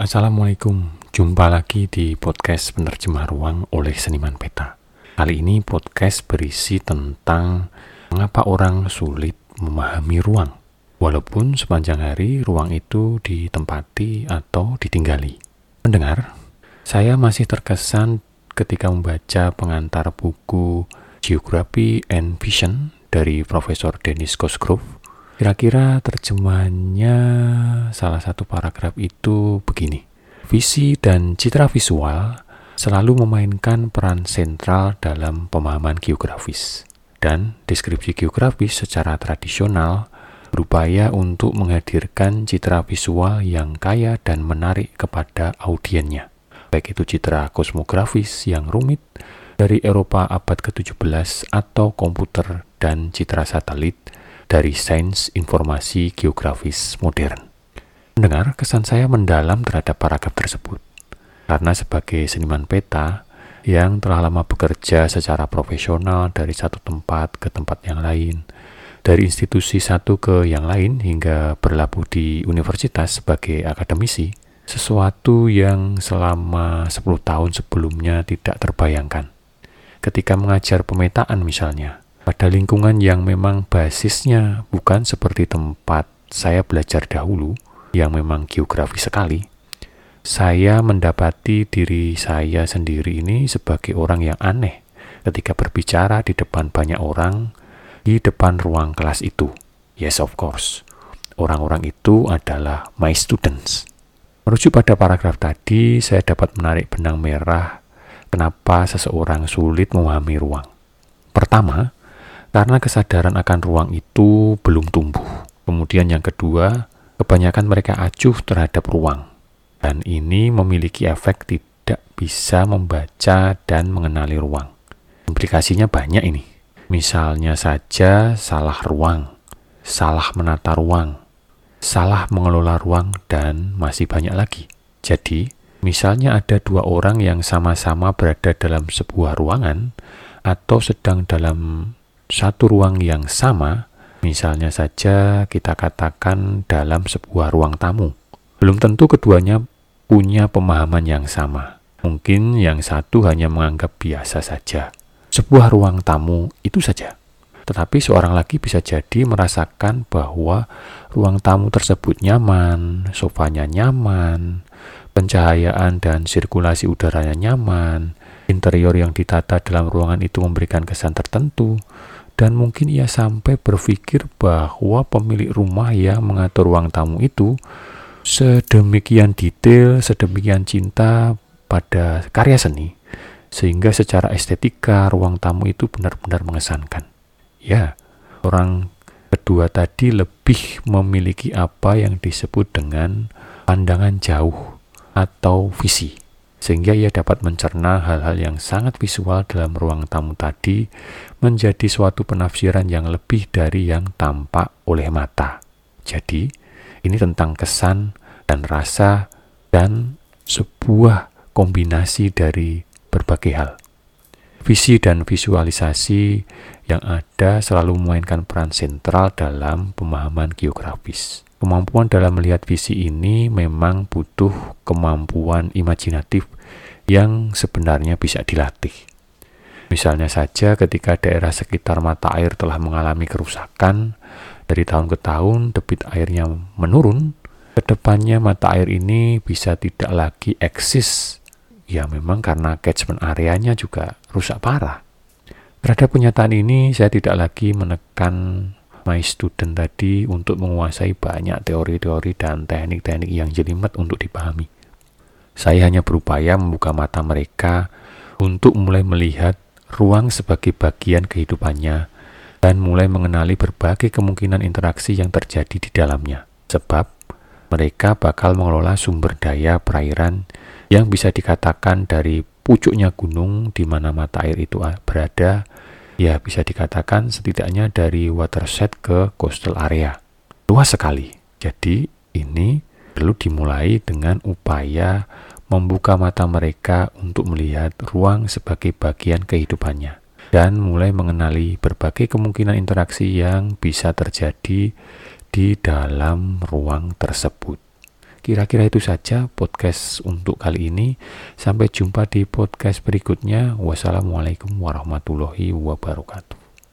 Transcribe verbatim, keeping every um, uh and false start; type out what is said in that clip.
Assalamualaikum, jumpa lagi di podcast Penerjemah Ruang oleh Seniman Peta. Kali ini podcast berisi tentang mengapa orang sulit memahami ruang, walaupun sepanjang hari ruang itu ditempati atau ditinggali. Mendengar, saya masih terkesan ketika membaca pengantar buku Geography and Vision dari Profesor Dennis Cosgrove. Kira-kira terjemahannya salah satu paragraf itu begini. Visi dan citra visual selalu memainkan peran sentral dalam pemahaman geografis. Dan deskripsi geografis secara tradisional berupaya untuk menghadirkan citra visual yang kaya dan menarik kepada audiennya. Baik itu citra kosmografis yang rumit dari Eropa abad ke tujuh belas atau komputer dan citra satelit dari sains informasi geografis modern. Mendengar, kesan saya mendalam terhadap paragraf tersebut. Karena sebagai seniman peta yang telah lama bekerja secara profesional dari satu tempat ke tempat yang lain, dari institusi satu ke yang lain hingga berlabuh di universitas sebagai akademisi, sesuatu yang selama sepuluh tahun sebelumnya tidak terbayangkan. Ketika mengajar pemetaan misalnya, pada lingkungan yang memang basisnya bukan seperti tempat saya belajar dahulu, yang memang geografis sekali, saya mendapati diri saya sendiri ini sebagai orang yang aneh ketika berbicara di depan banyak orang, di depan ruang kelas itu. Yes, of course. Orang-orang itu adalah my students. Merujuk pada paragraf tadi, saya dapat menarik benang merah kenapa seseorang sulit memahami ruang. Pertama, karena kesadaran akan ruang itu belum tumbuh. Kemudian yang kedua, kebanyakan mereka acuh terhadap ruang. Dan ini memiliki efek tidak bisa membaca dan mengenali ruang. Implikasinya banyak ini. Misalnya saja salah ruang, salah menata ruang, salah mengelola ruang, dan masih banyak lagi. Jadi, misalnya ada dua orang yang sama-sama berada dalam sebuah ruangan atau sedang dalam satu ruang yang sama, misalnya saja kita katakan dalam sebuah ruang tamu. Belum tentu keduanya punya pemahaman yang sama. Mungkin yang satu hanya menganggap biasa saja sebuah ruang tamu itu saja. Tetapi seorang lagi bisa jadi merasakan bahwa ruang tamu tersebut nyaman, sofanya nyaman, pencahayaan dan sirkulasi udaranya nyaman, interior yang ditata dalam ruangan itu memberikan kesan tertentu, dan mungkin ia sampai berpikir bahwa pemilik rumah yang mengatur ruang tamu itu sedemikian detail, sedemikian cinta pada karya seni, sehingga secara estetika ruang tamu itu benar-benar mengesankan. Ya, orang kedua tadi lebih memiliki apa yang disebut dengan pandangan jauh atau visi, sehingga ia dapat mencerna hal-hal yang sangat visual dalam ruang tamu tadi menjadi suatu penafsiran yang lebih dari yang tampak oleh mata. Jadi, ini tentang kesan dan rasa dan sebuah kombinasi dari berbagai hal. Visi dan visualisasi yang ada selalu memainkan peran sentral dalam pemahaman geografis. Kemampuan dalam melihat visi ini memang butuh kemampuan imajinatif yang sebenarnya bisa dilatih. Misalnya saja ketika daerah sekitar mata air telah mengalami kerusakan, dari tahun ke tahun debit airnya menurun, kedepannya mata air ini bisa tidak lagi eksis. Ya memang karena catchment areanya juga rusak parah. Terhadap kenyataan ini saya tidak lagi menekan my student tadi untuk menguasai banyak teori-teori dan teknik-teknik yang jelimet untuk dipahami. Saya hanya berupaya membuka mata mereka untuk mulai melihat ruang sebagai bagian kehidupannya dan mulai mengenali berbagai kemungkinan interaksi yang terjadi di dalamnya. Sebab mereka bakal mengelola sumber daya perairan yang bisa dikatakan dari pucuknya gunung di mana mata air itu berada, ya bisa dikatakan setidaknya dari watershed ke coastal area. Luas sekali. Jadi ini perlu dimulai dengan upaya membuka mata mereka untuk melihat ruang sebagai bagian kehidupannya dan mulai mengenali berbagai kemungkinan interaksi yang bisa terjadi di dalam ruang tersebut. Kira-kira itu saja podcast untuk kali ini. Sampai jumpa di podcast berikutnya. Wassalamualaikum warahmatullahi wabarakatuh.